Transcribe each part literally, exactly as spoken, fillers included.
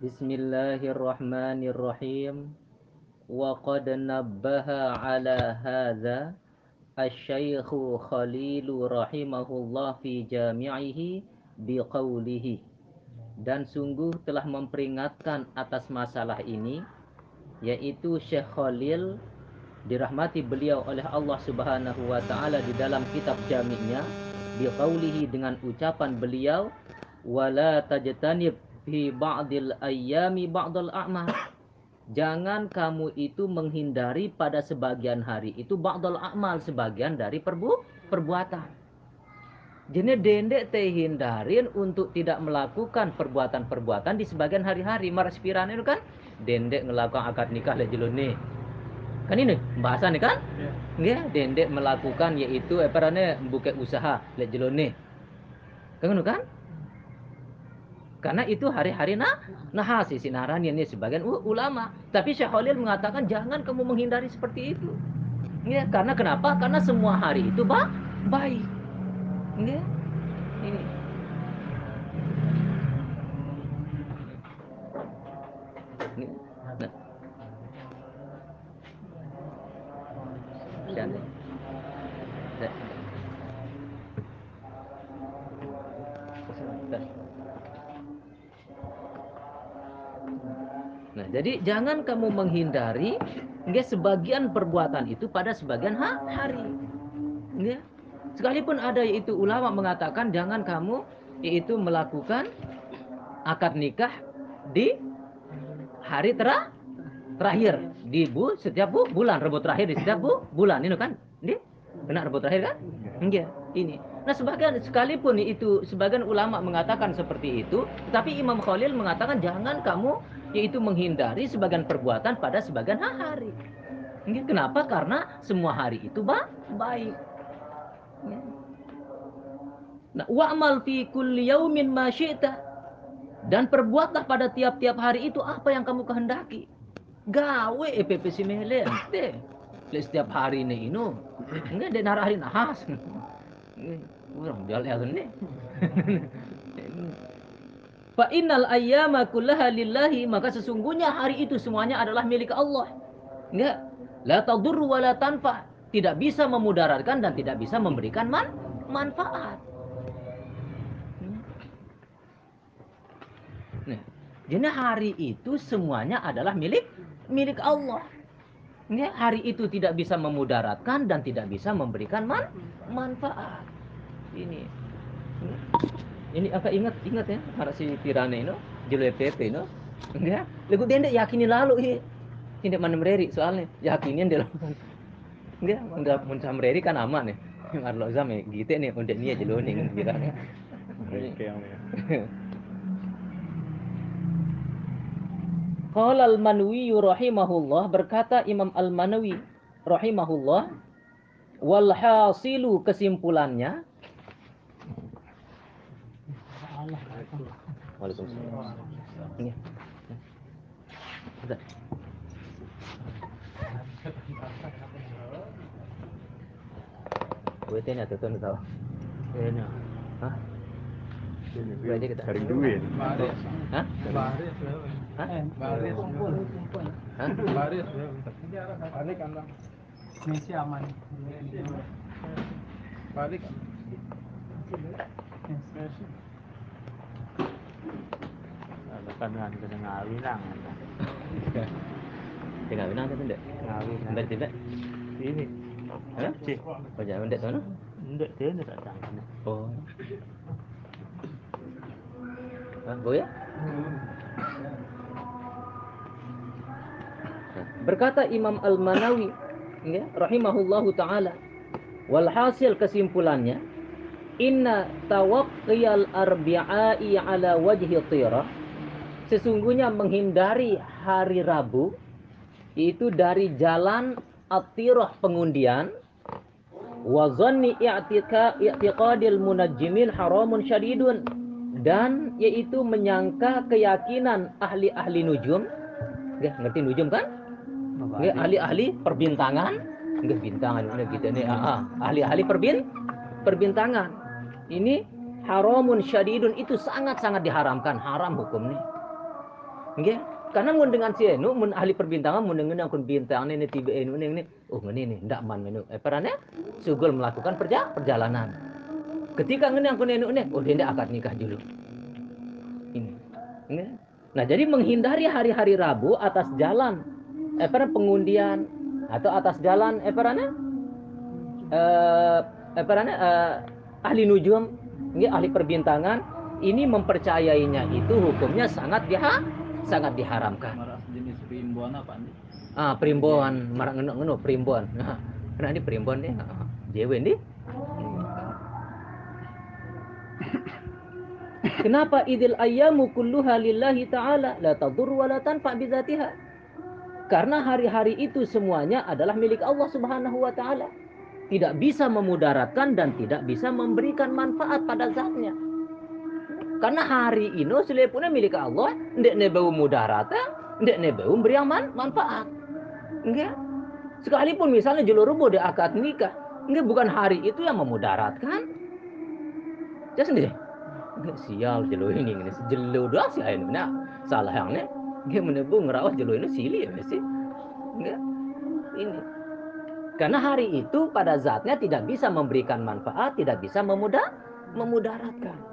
Bismillahirrahmanirrahim. Wa qad nabbaha ala hadza asy-syaikhu Khalilu rahimahullah fi jami'ihi biqaulihi. Dan sungguh telah memperingatkan atas masalah ini, yaitu Syekh Khalil dirahmati beliau oleh Allah Subhanahu wa taala di dalam kitab jami'nya, biqaulihi, dengan ucapan beliau, wala tajtanib fi ba'dil ayyami ba'dal a'mal. Jangan kamu itu menghindari pada sebagian hari itu ba'dal a'mal, sebagian dari perbu perbuatan. Jadi dendek teh hindarin untuk tidak melakukan perbuatan-perbuatan di sebagian hari-hari. Maraspiran itu kan dendek melakukan akad nikah le jelun nih. Kan ini pembahasan nih kan? Ya, dendek melakukan yaitu apa namanya buka usaha le jelun nih. Kan kan? Karena itu hari-hari nah nah si sinaran ini sebagian ulama. Tapi Syekh Khalil mengatakan jangan kamu menghindari seperti itu. Ya, karena kenapa? Karena semua hari itu ba baik. Ya. Ini. Ini. Nah. Dan, nah, jadi jangan kamu menghindari ya, sebagian perbuatan itu pada sebagian ha hari. Ya. Sekalipun ada yaitu ulama mengatakan jangan kamu yaitu melakukan akad nikah di hari tera terakhir di bu setiap bu bulan, rebut terakhir di setiap bu bulan ini kan? Ini kena rebut terakhir kan? Iya, ini. Nah, sebagian sekalipun itu sebagian ulama mengatakan seperti itu, tapi Imam Khalil mengatakan jangan kamu yaitu menghindari sebagian perbuatan pada sebagian hari. Kenapa? Karena semua hari itu ba baik. Nah, wa'mal fi kulli yaumin ma syi'ta. Dan perbuatlah pada tiap-tiap hari itu apa yang kamu kehendaki. Gawe E P P si mele ente. Setiap hari ini ino. Enggak ada narah hari nahas. Orang jalan ini. Fa innal ayyama kullaha lillahi, maka sesungguhnya hari itu semuanya adalah milik Allah. Enggak, la tadurru wa la tanfa, tidak bisa memudaratkan dan tidak bisa memberikan man manfaat. Nah, jadi hari itu semuanya adalah milik milik Allah. Ya, hari itu tidak bisa memudaratkan dan tidak bisa memberikan man manfaat. Ini. Ini apa ingat ingat ya, harus si Pirane itu, jelo P P no. Enggak, lagu dendek yakini lalu ini. Tidak mana mereri soalnya yakinin dia lalu. Enggak, enggak mun samreri kan aman ya. Yang arlo zam gitu nih udah nia jelo nih kira. Qala al-Manwi rahimahullah, berkata Imam al-Manawi rahimahullah, wal hasilu, kesimpulannya. Waalaikumsalam. Ini. Gue tanya tuh tuh tahu. Ini. Hah? Gue aja kita. Cari duit. Hah? Baris. Hah? Baris kumpul. Hah? Baris. Balik kan bang. Misi aman. Balik. Kan kan kena ngawinang. Tinggal winang kan tidak? Ngawinang. Tidak tidak. Ini. Hah? Cik. Oh jangan tidak tuh. Tidak dia tidak datang. Oh. Ah, boleh? Berkata Imam Al-Manawi, ya, rahimahullahu taala, walhasil kesimpulannya, inna tawaqqiyal arbi'ai ala wajhi tira, sesungguhnya menghindari hari Rabu itu dari jalan at-tirah, pengundian, wa dhanni i'tika i'tiqadil munajjimin haramun syadidun, dan yaitu menyangka keyakinan ahli-ahli nujum. Nggak ngerti nujum kan? Nggak, ahli-ahli perbintangan. Nggak bintangan udah gitu nih. Ah, ahli-ahli perbin perbintangan. Ini haramun syadidun, itu sangat-sangat diharamkan, haram hukumnya. Nggih. Karena mun dengan si enu mun ahli perbintangan mun dengan kun bintang ini tiba enu ini oh ngene ini ndak man enu eh perannya sugul melakukan perja perjalanan. Ketika ngene kun enu ini oh dia ndak akad nikah dulu. Ini. Nggih. Nah, jadi menghindari hari-hari Rabu atas jalan eh peran pengundian atau atas jalan eh perannya eh eh perannya eh, ahli nujum, nggih ahli perbintangan ini mempercayainya itu hukumnya sangat diha sangat diharamkan. Marak jenis primbon apa nih? Ah, primbon, marak ngono-ngono primbon. Nah, karena ini primbon deh. Jewe nih. Kenapa idil ayyamu kulluha lillahi ta'ala la tadur wa la tanfa bi dzatiha? Karena hari-hari itu semuanya adalah milik Allah Subhanahu wa taala. Tidak bisa memudaratkan dan tidak bisa memberikan manfaat pada zatnya. Karena hari ini selepuna milik Allah, ndak ne bau mudarata, ndak ne bau beri man, manfaat. Enggak. Sekalipun misalnya jelurubo di akad nikah, enggak bukan hari itu yang memudaratkan. Jadi sendiri. Enggak sial jelu ini ini jelu doang sih ini. Nah, salah yang ne, dia menebu ngerawat jelu ini silih ya sih. Enggak. Ini. Karena hari itu pada zatnya tidak bisa memberikan manfaat, tidak bisa memudah memudaratkan.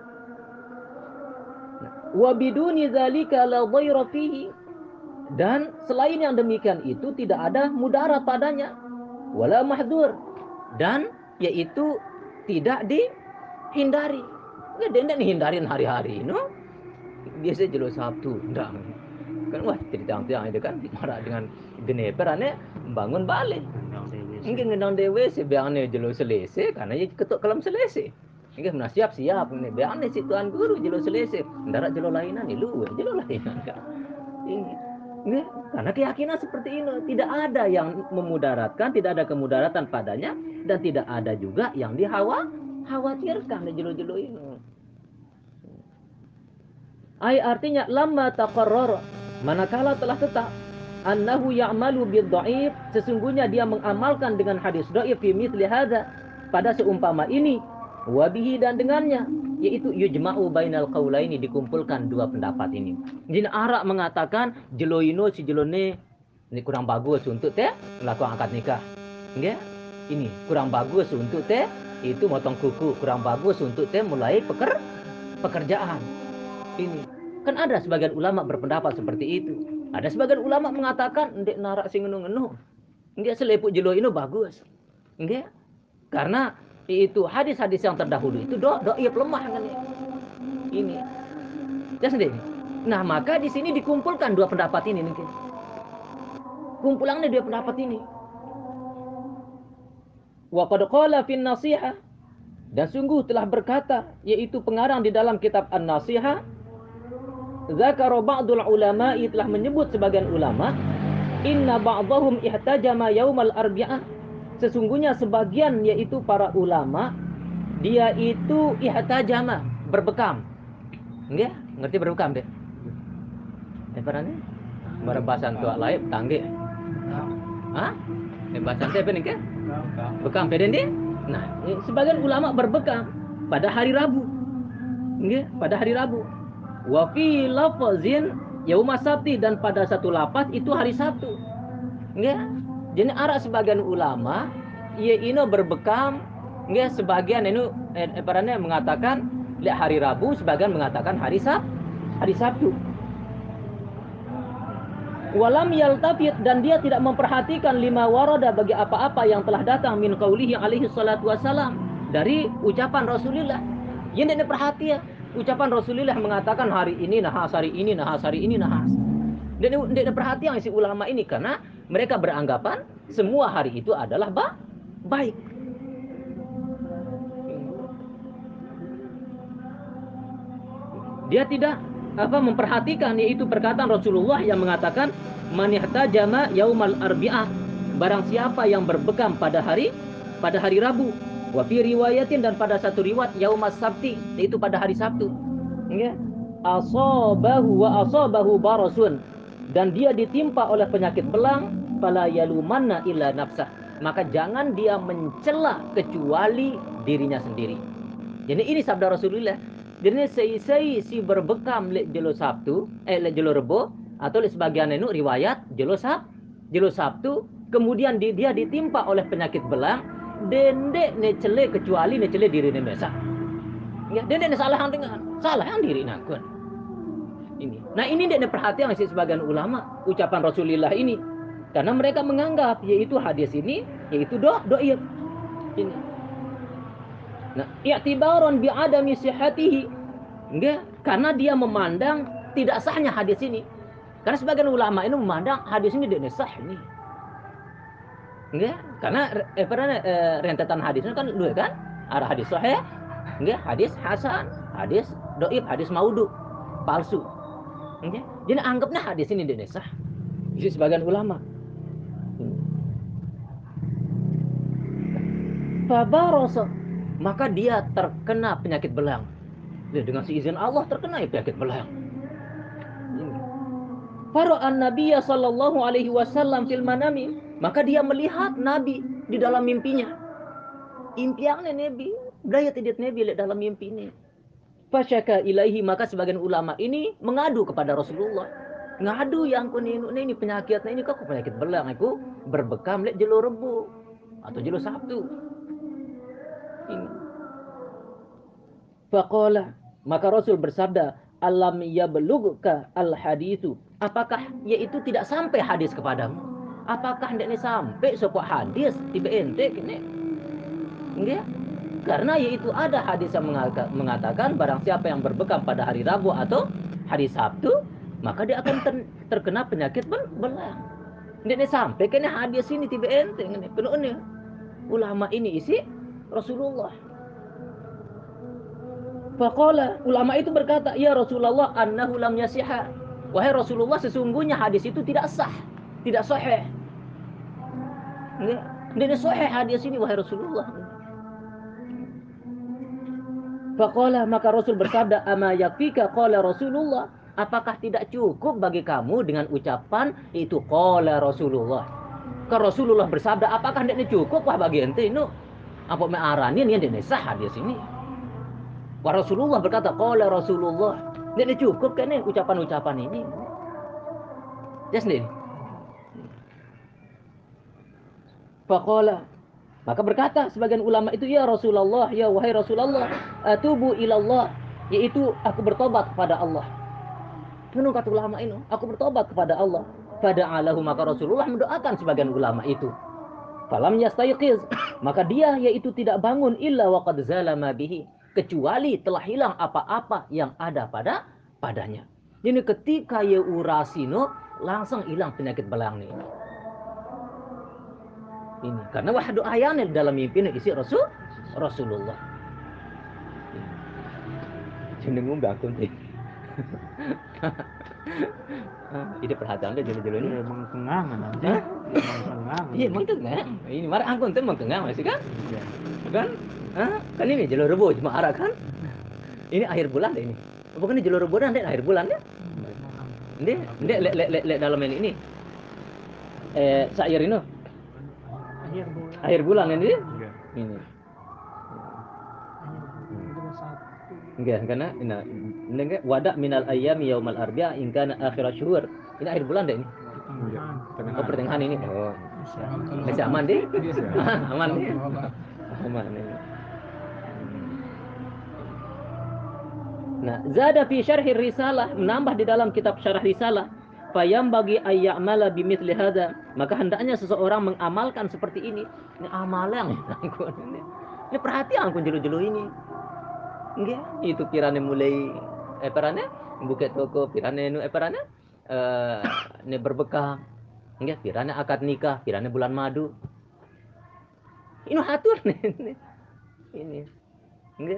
Wa biduni dzalika la dhaira fihi, dan selain yang demikian itu tidak ada mudarat padanya wala mahdur, dan yaitu tidak dihindari. Enggak dendak dihindarin hari-hari no. Biasa jelo Sabtu ndak. Kan wah cerita-cerita itu kan marah dengan geneperane bangun balik. Mungkin ngendang dewe sebiangane jelo selesai karena ya ketuk kelam selesai. Nggih nah siap-siap ini beane si tuan guru jelo selesai. Ndarak jelo lainan ni luwe jelo lainan kan. Ini nggih karena keyakinan seperti ini tidak ada yang memudaratkan, tidak ada kemudaratan padanya dan tidak ada juga yang dihawa khawatirkan di jelo-jelo ini. Ai artinya lamma taqarrar, manakala telah tetap annahu ya'malu bid-dha'if, sesungguhnya dia mengamalkan dengan hadis dhaif fi mithli hadza, pada seumpama ini, wabihi dan dengannya, yaitu yujma'u bainal qaulaini, dikumpulkan dua pendapat ini. Jadi Arab mengatakan jeloino si jelone ini kurang bagus untuk teh melakukan akad nikah. Nggih? Ini kurang bagus untuk teh itu motong kuku, kurang bagus untuk teh mulai peker pekerjaan. Ini kan ada sebagian ulama berpendapat seperti itu. Ada sebagian ulama mengatakan ndek narak sing ngenu-ngenu. Nggih selepuk jelo ini bagus. Nggih? Karena itu hadis-hadis yang terdahulu itu do dhaif lemah kan ini. Ya sendiri. Nah, maka di sini dikumpulkan dua pendapat ini mungkin. Kumpulannya dua pendapat ini. Wa qad qala fi an-nasihah, dan sungguh telah berkata yaitu pengarang di dalam kitab An-Nasihah, zakara ba'dul ulama'i, telah menyebut sebagian ulama, inna ba'dahum ihtajama yaumal arbi'ah, sesungguhnya sebagian yaitu para ulama dia itu ihtajama, berbekam. Nggih, ngerti berbekam deh? Eh parane? Barabasan tua lain tangge. Hah? Eh bahasan teh apa nih ke? Bekam peden dia? Nah, sebagian ulama berbekam pada hari Rabu. Nggih, pada hari Rabu. Wa fi lafazin yauma sabti, dan pada satu lafaz itu hari Sabtu. Nggih. Jadi arah sebagian ulama ia ino berbekam, nggih, sebagian itu eh, parane mengatakan lihat hari Rabu, sebagian mengatakan hari Sab hari Sabtu. Walam yaltafit, dan dia tidak memperhatikan lima warada, bagi apa-apa yang telah datang min qaulihi alaihi salatu wasalam, dari ucapan Rasulullah. Yang tidak perhatian ucapan Rasulullah mengatakan hari ini nahas, hari ini nahas, hari ini nahas. Dan tidak perhatian si ulama ini karena mereka beranggapan semua hari itu adalah ba baik. Dia tidak apa memperhatikan yaitu perkataan Rasulullah yang mengatakan man ihtajama yaumal arbi'ah, barang siapa yang berbekam pada hari pada hari Rabu. Wa fi riwayatin, dan pada satu riwayat yaumas sabti, yaitu pada hari Sabtu. Nggih. Asabahu wa asabahu barasun, dan dia ditimpa oleh penyakit belang, fala yalumanna illa nafsah, maka jangan dia mencela kecuali dirinya sendiri. Jadi ini sabda Rasulullah. Jadi sei-sei si berbekam lek jelo Sabtu, eh lek jelo Rebo atau lek sebagian enu riwayat jelo Sab, jelo Sabtu, kemudian di, dia ditimpa oleh penyakit belang, dendek ne cele kecuali ne cele diri ne mesa. Ya, dendek ne salah yang dengan, salah yang diri nakun. Ini. Nah, ini dek ne perhatian si sebagian ulama ucapan Rasulullah ini. Karena mereka menganggap yaitu hadis ini yaitu do doib. Ini. Nah, i'tibaron bi adami sihhatihi. Enggak, karena dia memandang tidak sahnya hadis ini. Karena sebagian ulama ini memandang hadis ini tidak sah ini. Enggak, karena eh, pernah, eh, rentetan hadisnya kan dua kan? Ada hadis sahih, enggak, hadis hasan, hadis doib, hadis maudhu, palsu. Enggak. Jadi anggapnya hadis ini tidak sah. Itu sebagian ulama. Fabarosa, maka dia terkena penyakit belang. Dengan seizin Allah terkena penyakit belang. Fara'an Nabiya sallallahu alaihi wasallam fil manami, maka dia melihat Nabi di dalam mimpinya. Impiannya Nabi, daya tidak Nabi lihat dalam mimpinya. Fasyaka ilaihi, maka sebagian ulama ini mengadu kepada Rasulullah. Ngadu yang aku ini, ini penyakitnya ini kok penyakit belang, aku berbekam lihat jelo Rebo atau jelo Sabtu. Ini. Faqala, maka Rasul bersabda, alam yablughuka al haditsu, apakah yaitu tidak sampai hadis kepadamu? Apakah hendaknya sampai sebuah hadis tiba ente kene? Enggak. Karena yaitu ada hadis yang mengatakan barang siapa yang berbekam pada hari Rabu atau hari Sabtu, maka dia akan ter terkena penyakit belang. Hendaknya sampai kene hadis ini tiba ente kene. Penuhnya ulama ini isi Rasulullah. Faqala, ulama itu berkata, ya Rasulullah, annahu lam yasihha. Wahai Rasulullah, sesungguhnya hadis itu tidak sah, tidak sahih. Enggak, tidak sahih hadis ini wahai Rasulullah. Faqala, maka Rasul bersabda, ama yakfika qala Rasulullah, apakah tidak cukup bagi kamu dengan ucapan itu qala Rasulullah? Ke Rasulullah bersabda, apakah tidak cukup wah bagi ente ini? Apa mearanin yang tidak sah hadis ini? Wah Rasulullah berkata, qala Rasulullah. Tidak cukup kan nih ucapan-ucapan ini. Ya sendiri. Faqala, maka berkata sebagian ulama itu, ya Rasulullah, ya wahai Rasulullah, atubu ilallah, yaitu aku bertobat kepada Allah. Menurut kata ulama ini, aku bertobat kepada Allah. Fada'alahu, maka Rasulullah mendoakan sebagian ulama itu. Falam yastayqiz, maka dia yaitu tidak bangun illa waqad zalama bihi, kecuali telah hilang apa-apa yang ada pada padanya. Jadi ketika ye urasino langsung hilang penyakit belang ini. Ini karena wahdu ayane dalam mimpi ini isi Rasul Rasulullah. Jenengmu bakun nih. Ini perhatian deh jelo-jelo ini. Emang tengang nanti. Emang tengang. Iya, emang tengang. Ini marah angkun tuh emang tengang masih kan? Kan? Hah? Kan ini jelo Rebo cuma arah kan? Ini akhir bulan deh ini. Bukan ini jelo Rebo dan akhir bulan ya? Ini, ini le le le, le dalam ini ini. Eh, sair ini. Akhir bulan. Akhir bulan ini. Ini. Enggak, karena ini enggak wada minal ayyami yaumal arbi'a in kana akhir syuhur. Ini akhir bulan deh ini. Oh, pertengahan ini. Oh. Masih aman deh. Aman deh. Aman ini. Nah, zada fi syarhi risalah, menambah di dalam kitab syarah risalah, fayam bagi ayyamala bimithli hadza, maka hendaknya seseorang mengamalkan seperti ini. Ini amalan ini. Ini perhatian kun jelo-jelo ini. Nggih, itu pirane mulai eh pirane buka toko, pirane nu eh pirane eh ne berbekam. Nggih, pirane akad nikah, pirane bulan madu. Ini hatur nih. Ini. Nggih.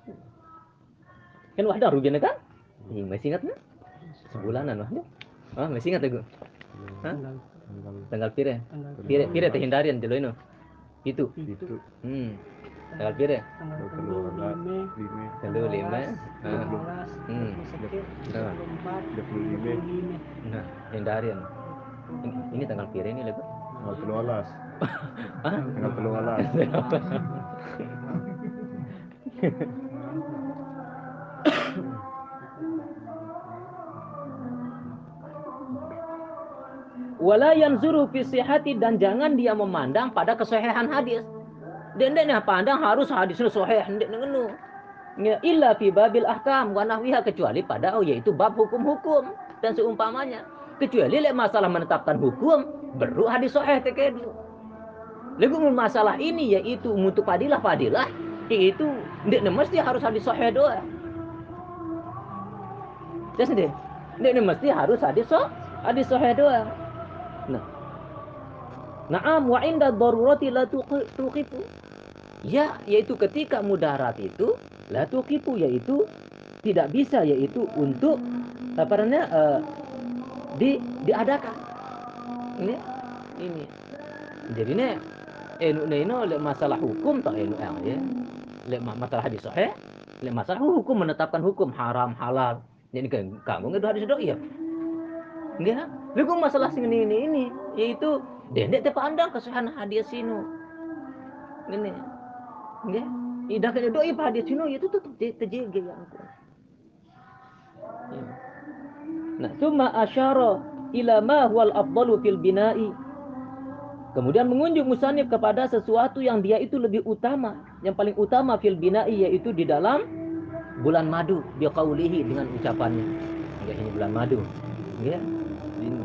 Kan wadah ruginya kan? Ih, masih ingat nggak? Sebulanan wadah. Ah, masih ingat aku. Hah? Tanggal pire? Pire pire teh hindarian dulu ini. Itu. Itu. Hmm. Tanggal pire? Tanggal lima, Tanggal lima. Ah. Hmm. dua puluh empat, dua puluh lima. Nah, hindarian. Ini, ini tanggal pire ini lego? Tanggal telu alas. Hah? Tanggal telu alas. Wala yanzuru fi sihhati, dan jangan dia memandang pada kesahihan hadis. Dan dia pandang harus hadis sahih ndek ngono. Ya, illa fi babil ahkam wa nahwiha, kecuali pada oh yaitu bab hukum-hukum dan seumpamanya. Kecuali lek masalah menetapkan hukum baru hadis sahih tekedu. Lagu masalah ini yaitu untuk fadilah-fadilah itu ndek mesti harus hadis sahih doa. Jadi ndek mesti harus hadis sahih, hadis sahih doa. Nah. Na'am wa inda darurati la tuqifu. Ya, yaitu ketika mudarat itu la tuqifu, yaitu tidak bisa, yaitu untuk apa namanya uh, di diadakan. Ini ini. Jadi ne enu eno le masalah hukum tak enu ya. Le masalah hadis sahih, le masalah hukum menetapkan hukum haram halal. Jadi kan kamu ngedo hadis doa ya. Enggak, lagu masalah sing ini ini yaitu dendek te pandang kesahihan hadis sinu. Ini. Enggak, idah ke doi hadis sinu itu tetap terjaga ya ampun. Nah, summa asyara ila ma huwal afdalu fil bina'i. Kemudian mengunjuk musannif kepada sesuatu yang dia itu lebih utama, yang paling utama fil bina'i, yaitu di dalam bulan madu, biqaulihi, dengan ucapannya. Enggak, ini bulan madu. Enggak. Ini.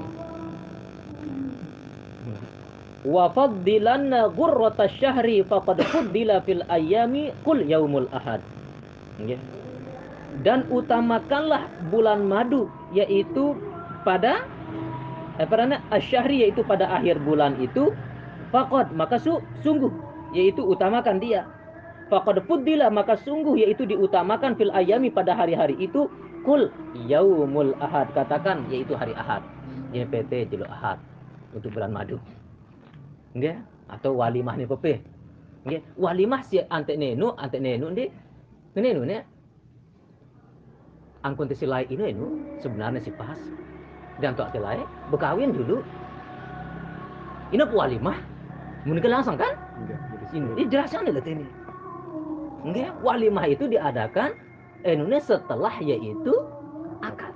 Wa faddilanna ghurrata syahri faqad fuddila fil ayami qul yaumul ahad. Nggih. Dan utamakanlah bulan madu, yaitu pada apa namanya asyhari, yaitu pada akhir bulan itu, faqad, maka su, sungguh, yaitu utamakan dia. Faqad fuddila, maka sungguh, yaitu diutamakan fil ayami, pada hari-hari itu, qul yaumul ahad, katakan yaitu hari ahad. Y P T jelo ahad untuk bulan madu. Nggih, atau walimah ni pepe. Nggih, walimah si ante nenu, ante nenu ndi. Nenu ne. Angkun silai ini nu sebenarnya si pas. Dan tok silai berkawin dulu. Ini walimah. Menikah langsung kan? Nggih, ini jelasan lah ini. Nggih, walimah itu diadakan enune setelah yaitu akad.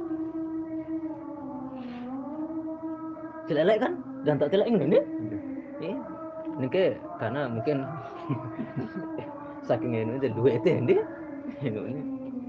Celelek kan? Dan tak celelek ini. Ini nike karena mungkin saking ini ada dua itu ini. Ini.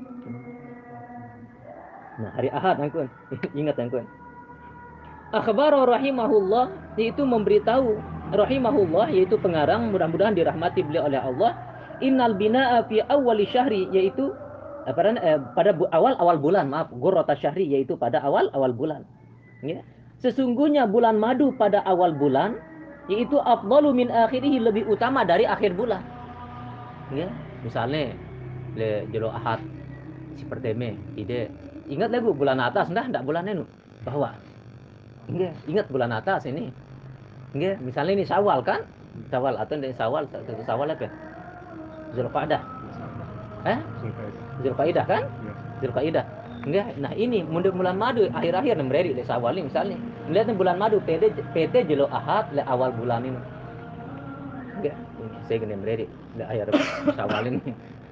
Nah, hari Ahad angkun. Ingat angkun. Akhbaro rahimahullah, yaitu memberitahu, rahimahullah yaitu pengarang, mudah-mudahan dirahmati beliau oleh Allah. Innal binaa fi awwali syahri, yaitu pada eh, pada awal-awal bulan, maaf, ghurrata syahri, yaitu pada awal-awal bulan. Ya. Sesungguhnya bulan madu pada awal bulan, yaitu afdalu min akhirih, lebih utama dari akhir bulan. Ya, misalnya le jelo ahad seperti me, ide ingat lagu bulan atas, ndah ndak bulan enu bahwa nggih, ingat bulan atas ini. Nggih, misalnya ini Syawal kan? Syawal atau ini Syawal, satu Syawal apa? Zulqa'dah. Eh? Zulqa'dah kan? Zulqa'dah. Nggih, nah ini mundur bulan madu akhir-akhir nemreri le Syawal misalnya. Lihat bulan madu P T P T jelo ahad le awal bulan ini. Nggih, saya kena nemreri le akhir Syawal ini.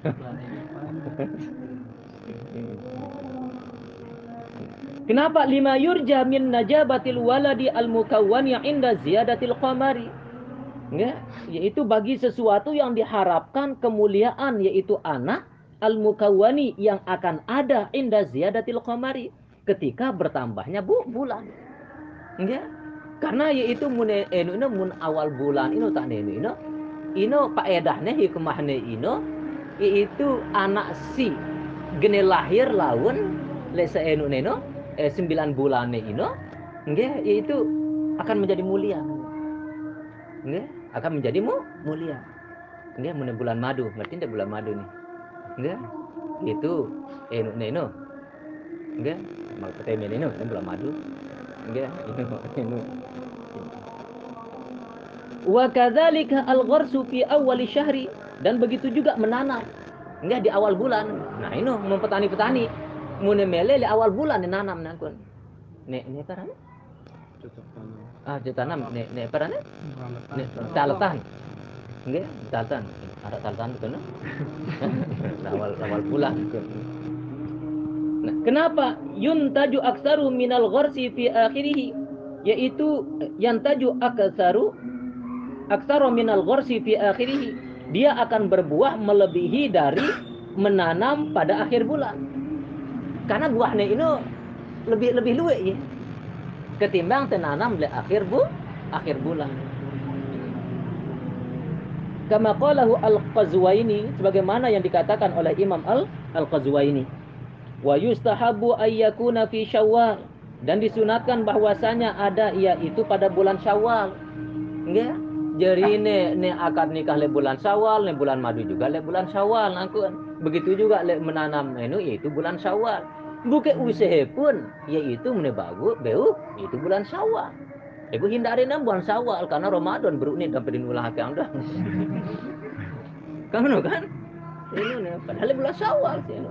Kenapa lima yurja min najabatil waladi al-mukawwani 'inda ziyadatil qamari? Nggih, yaitu bagi sesuatu yang diharapkan kemuliaan, yaitu anak al-mukawwani yang akan ada inda ziyadatil qamari, ketika bertambahnya bu bulan. Nggih. Karena yaitu mun enu mun awal bulan ino tak enu ino. Ino faedahnya hikmahnya ino yaitu anak si gene lahir lawan le seenu neno eh, sembilan bulannya ino. Nggih, yaitu akan menjadi mulia. Nggih, akan menjadi mu mulia. Nggih, mun bulan madu, berarti ndak bulan madu nih. Nggih, itu enu neno. Nggih, mau ketemu neno, ini bulan madu. Nggih, itu enu. Wa kadzalika al-gharsu fi awwal syahri, dan begitu juga menanam. Nggih, di awal bulan. Nah, ini mun petani-petani mun mele di awal bulan nanam nangkun. Nek nek parane? Cocok tanam. Ah, cocok tanam nek nek parane? Nek taletan. Nggih, taletan. Ada taletan itu no? awal awal bulan. Nah, kenapa yuntaju aksaru minal gharsi fi akhirih? yaitu yantaju aksaru aktsaru minal gharsi fi akhirih, dia akan berbuah melebihi dari menanam pada akhir bulan. Karena buahnya ini lebih lebih luwek ya ketimbang tenanam di akhir bu akhir bulan. Kama qalahu Al-Qazwaini, sebagaimana yang dikatakan oleh Imam Al Al-Qazwaini. Wa yustahabu ayyakuna fi Syawal, dan disunatkan bahwasanya ada yaitu pada bulan Syawal. Nggih. Jadi ne ne akad nikah le bulan Syawal, ne bulan madu juga le bulan Syawal angkun. Begitu juga le menanam anu yaitu bulan Syawal. Buke usaha pun yaitu mene bagus beu itu bulan Syawal. Ibu hindari nam bulan Syawal karena Ramadan berukni dan pedinulah akang dah. Kamu kan? Ini ne padahal bulan Syawal sih.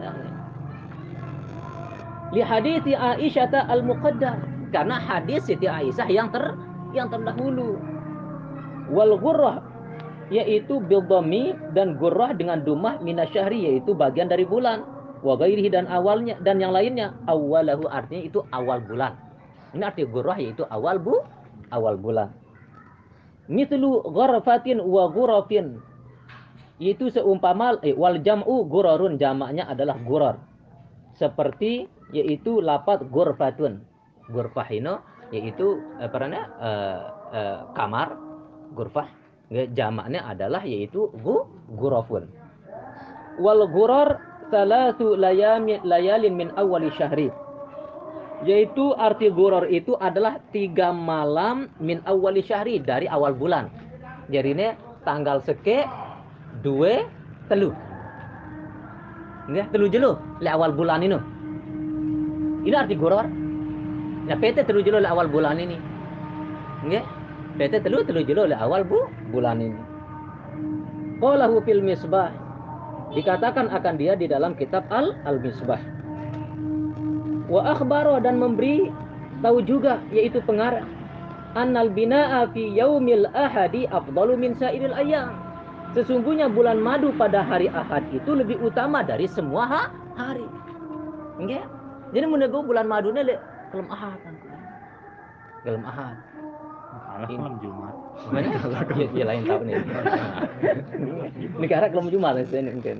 Li hadits Aisyah al-Muqaddar, karena hadis Siti Aisyah yang ter yang terdahulu. Wal ghurrah yaitu bil dhammi, dan gurrah dengan dumah minasyahri yaitu bagian dari bulan. Wa ghairihi, dan awalnya dan yang lainnya. Awalahu artinya itu awal bulan. Ini arti gurrah yaitu awal bu awal bulan. Mithlu gharfatin wa ghurafin, yaitu seumpama eh, wal jam'u gurarun, jamaknya adalah gurar. Seperti yaitu lafaz ghurfatun. Ghurfah ini yaitu apa namanya? Uh, uh, kamar, ghurfah. Jamaknya adalah yaitu gu ghurafun. Wal ghurar salatu layalin min awali syahri, yaitu arti guror itu adalah tiga malam min awali syahri, dari awal bulan. Jadi ini tanggal seke dua telu nggak telu jelo le awal bulan ini. Ini arti guror. Nah pt telu jelo le awal bulan ini nggak pt telu telu jelo le awal bu bulan ini. Qalahu fil misbah, dikatakan akan dia di dalam kitab Al Al-Misbah. Wa akhbaro, dan memberi tahu juga yaitu pengarang, annal binaa fi yaumil ahadi afdalu min sairil ayyam, sesungguhnya bulan madu pada hari Ahad itu lebih utama dari semua ha hari. Nggih. Jadi menego bulan madunya le kelem Ahad kan. Kelem Ahad. Alah kelem Jumat. Ya, ya lain tahu nih. Negara kelem Jumat ini mungkin.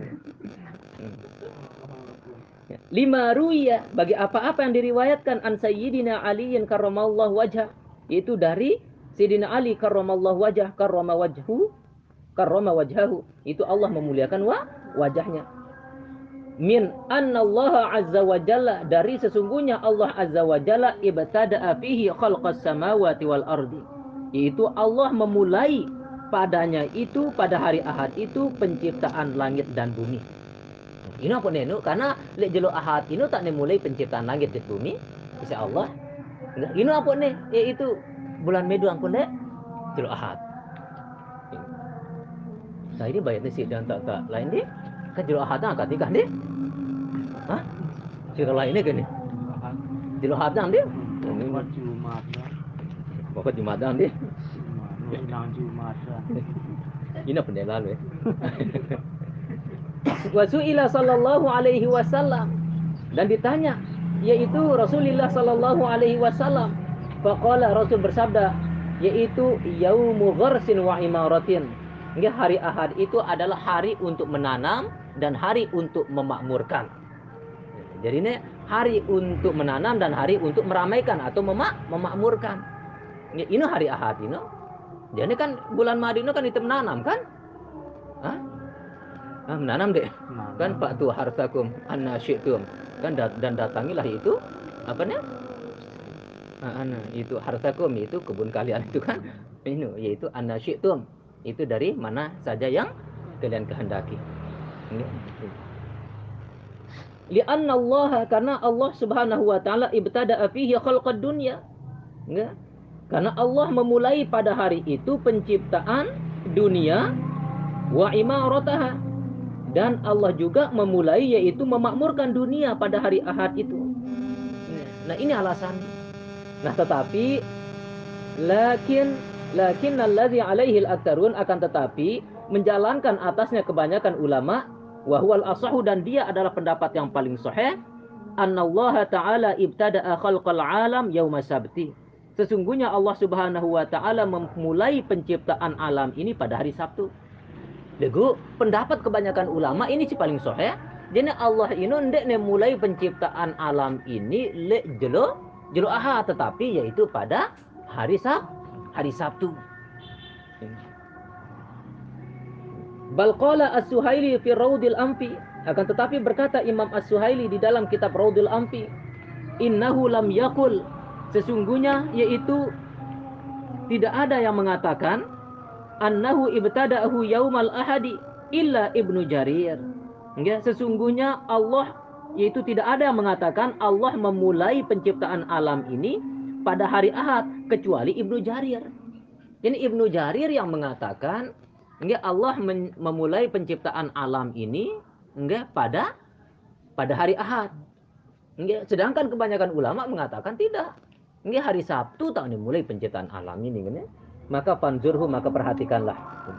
Lima ruya, bagi apa-apa yang diriwayatkan an Sayyidina Ali karramallahu wajhah, yaitu dari Sayyidina Ali karramallahu wajhah, karrama wajhu, karrama wajhahu, itu Allah memuliakan wa, wajahnya. Min annallaha azza wa jalla, dari sesungguhnya Allah azza wa jalla ibtada'a fihi khalqas samawati wal ardi, yaitu Allah memulai padanya itu pada hari Ahad itu penciptaan langit dan bumi. Ini apa nenu? Karena lek jelo Ahad ini tak dimulai penciptaan langit dan bumi, insya Allah. Ini apa nih? Yaitu bulan Medu angkun dek jelo Ahad. Nah ini bayarnya sih dan tak tak lain deh. Kan jelo Ahad angkat nikah deh. Hah? Jelo lainnya kan nih? Jelo Ahad deh. Ini Jumat. Pokok Jumat deh. Jumat Jumat. Ini apa nih lalu ya? Wasu'ila sallallahu alaihi wasallam, dan ditanya yaitu Rasulullah sallallahu alaihi wasallam, faqala, Rasul bersabda, yaitu yaumu gharsin wa imaratin, nggih, hari Ahad itu adalah hari untuk menanam dan hari untuk memakmurkan. Jadi ini hari untuk menanam dan hari untuk meramaikan atau memak memakmurkan. Ini hari Ahad ini. Jadi kan bulan Madu ini kan itu menanam kan? Hah? Ah, menanam deh. Menanam. Kan Pak tu harsakum anna syi'tum. Kan dat dan datangilah itu apa namanya? Ah, ana itu harsakum, itu kebun kalian itu kan. Ini yaitu anna syi'tum. Itu dari mana saja yang kalian kehendaki. Li'anna Allah, karena Allah Subhanahu wa taala ibtada'a fihi khalqad dunya. Enggak? Karena Allah memulai pada hari itu penciptaan dunia wa imarataha, dan Allah juga memulai yaitu memakmurkan dunia pada hari Ahad itu. Nah, ini alasannya. Nah, tetapi lakin lakin allazi alaihi al-aktsarun, akan tetapi menjalankan atasnya kebanyakan ulama, wa huwal asahu, dan dia adalah pendapat yang paling sahih, annallaha ta'ala ibtada'a khalqal alam yauma sabti, sesungguhnya Allah Subhanahu wa taala memulai penciptaan alam ini pada hari Sabtu. Degu pendapat kebanyakan ulama ini sih paling sahih. Jadi Allah ini ndek ne mulai penciptaan alam ini le jelo jelo Ahad, tetapi yaitu pada hari Sab hari Sabtu. Bal qala As-Suhaili fi Raudil Amfi, akan tetapi berkata Imam As-Suhaili di dalam kitab Raudil Amfi, innahu lam yaqul, sesungguhnya yaitu tidak ada yang mengatakan annahu ibtada'ahu yaumal ahadi illa Ibnu Jarir. Ya, sesungguhnya Allah yaitu tidak ada yang mengatakan Allah memulai penciptaan alam ini pada hari Ahad kecuali Ibnu Jarir. Ini Ibnu Jarir yang mengatakan enggak Allah memulai penciptaan alam ini enggak pada pada hari Ahad. Enggak, sedangkan kebanyakan ulama mengatakan tidak. Enggak, hari Sabtu tak dimulai penciptaan alam ini kan ya. Maka fanzurhu, maka perhatikanlah.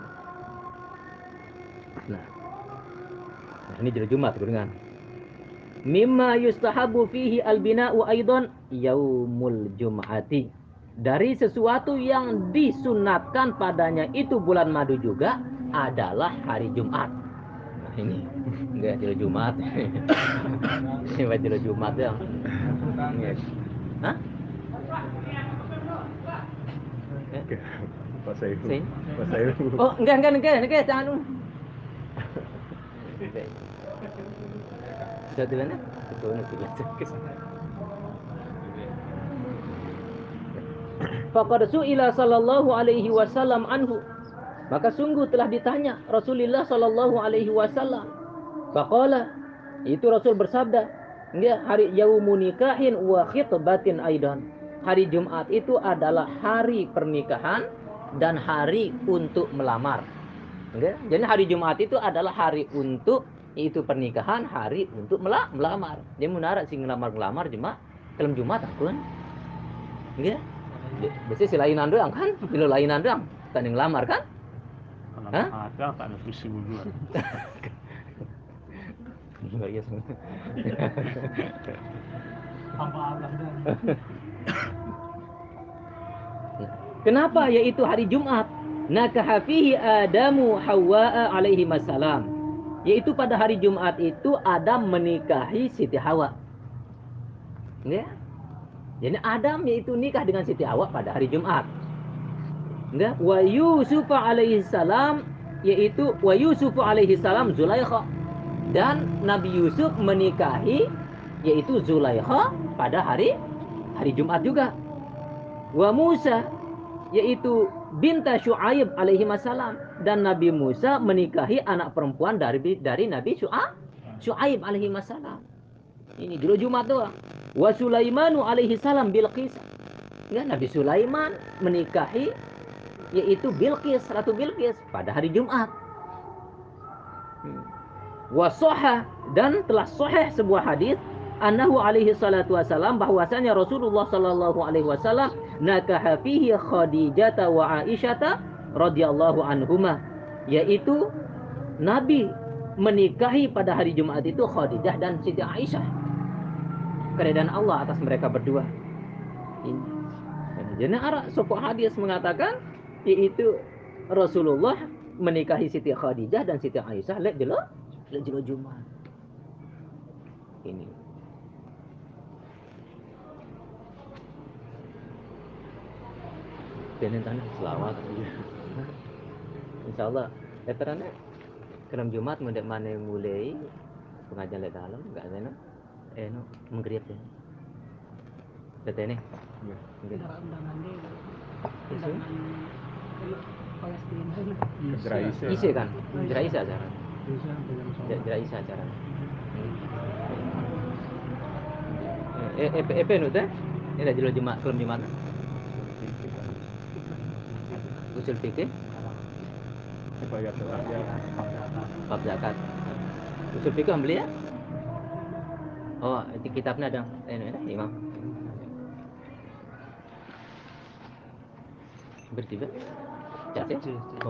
Nah, nah ini jadi Jumat dengan mimma yustahabu fihi albina'u aidan yaumul jum'ati, dari sesuatu yang disunatkan padanya itu bulan madu juga adalah hari Jumat. Nah ini enggak jadi Jumat. Ini wajib Jumat ya. Hah? Pak Sayu. Si? Pak Sayu. Oh, enggak enggak enggak enggak jangan dulu. Sudah mana? Betul nanti lanjut. Faqad su'ila sallallahu alaihi wasallam anhu, maka sungguh telah ditanya Rasulullah sallallahu alaihi wasallam. Faqala, itu Rasul bersabda, enggak, hari yaumun nikahin wa khitbatin aidan. Hari Jumat itu adalah hari pernikahan dan hari untuk melamar. Enggak? Jadi hari Jumat itu adalah hari untuk itu pernikahan, hari untuk melamar. Dia menarik sih ngelamar-ngelamar cuma dalam Jumat akun. Enggak? Biasanya si lainan doang kan? Bila lainan doang, tak ada ngelamar kan? Kalau Hah? ada tak ada visi duluan. Enggak ya semua. Kenapa yaitu hari Jumat? Nakaha fihi Adamu Hawwa alaihi wassalam. Yaitu pada hari Jumat itu Adam menikahi Siti Hawa. Ya? Jadi Adam yaitu nikah dengan Siti Hawa pada hari Jumat. Ya? Wa Yusuf alaihi salam, yaitu wa Yusuf alaihi salam Zulaikha. Dan Nabi Yusuf menikahi yaitu Zulaikha pada hari hari Jumat juga. Wa Musa, yaitu binta Syuaib alaihi wassalam, dan Nabi Musa menikahi anak perempuan dari dari Nabi Syuaib Syuaib alaihi wassalam. Ini dulu Jumat doang. Wa Sulaimanu alaihi salam Bilqis. Ya, Nabi Sulaiman menikahi yaitu Bilqis, Ratu Bilqis pada hari Jumat. Hmm. Wa sahha, dan telah sahih sebuah hadis annahu alaihi salatu wasalam, bahwasanya Rasulullah sallallahu alaihi wasallam nakaha fihi Khadijah wa Aisyah radhiyallahu anhuma, yaitu Nabi menikahi pada hari Jumat itu Khadijah dan Siti Aisyah. Keridaan Allah atas mereka berdua. Ini. Jadi arah sebuah hadis mengatakan yaitu Rasulullah menikahi Siti Khadijah dan Siti Aisyah lek jelo lek jelo Jumat. Ini. Benin tanah selawat. Insyaallah eterane kerem Jumat mendek mana mulai pengajian lek dalam enggak ada no. Eh no menggrip ya. Data ini. Ya. Jeraisa. Isi kan? Jeraisa acara. Jeraisa acara. Eh eh eh nu teh? Ini dah jelo Jumat, kelem Jumat. Usul fikih. Supaya terakhir. Bab zakat. Usul fikih beli ya? Oh, di kitabnya ada. Eh, ini Imam. Bertiga. Cak ya?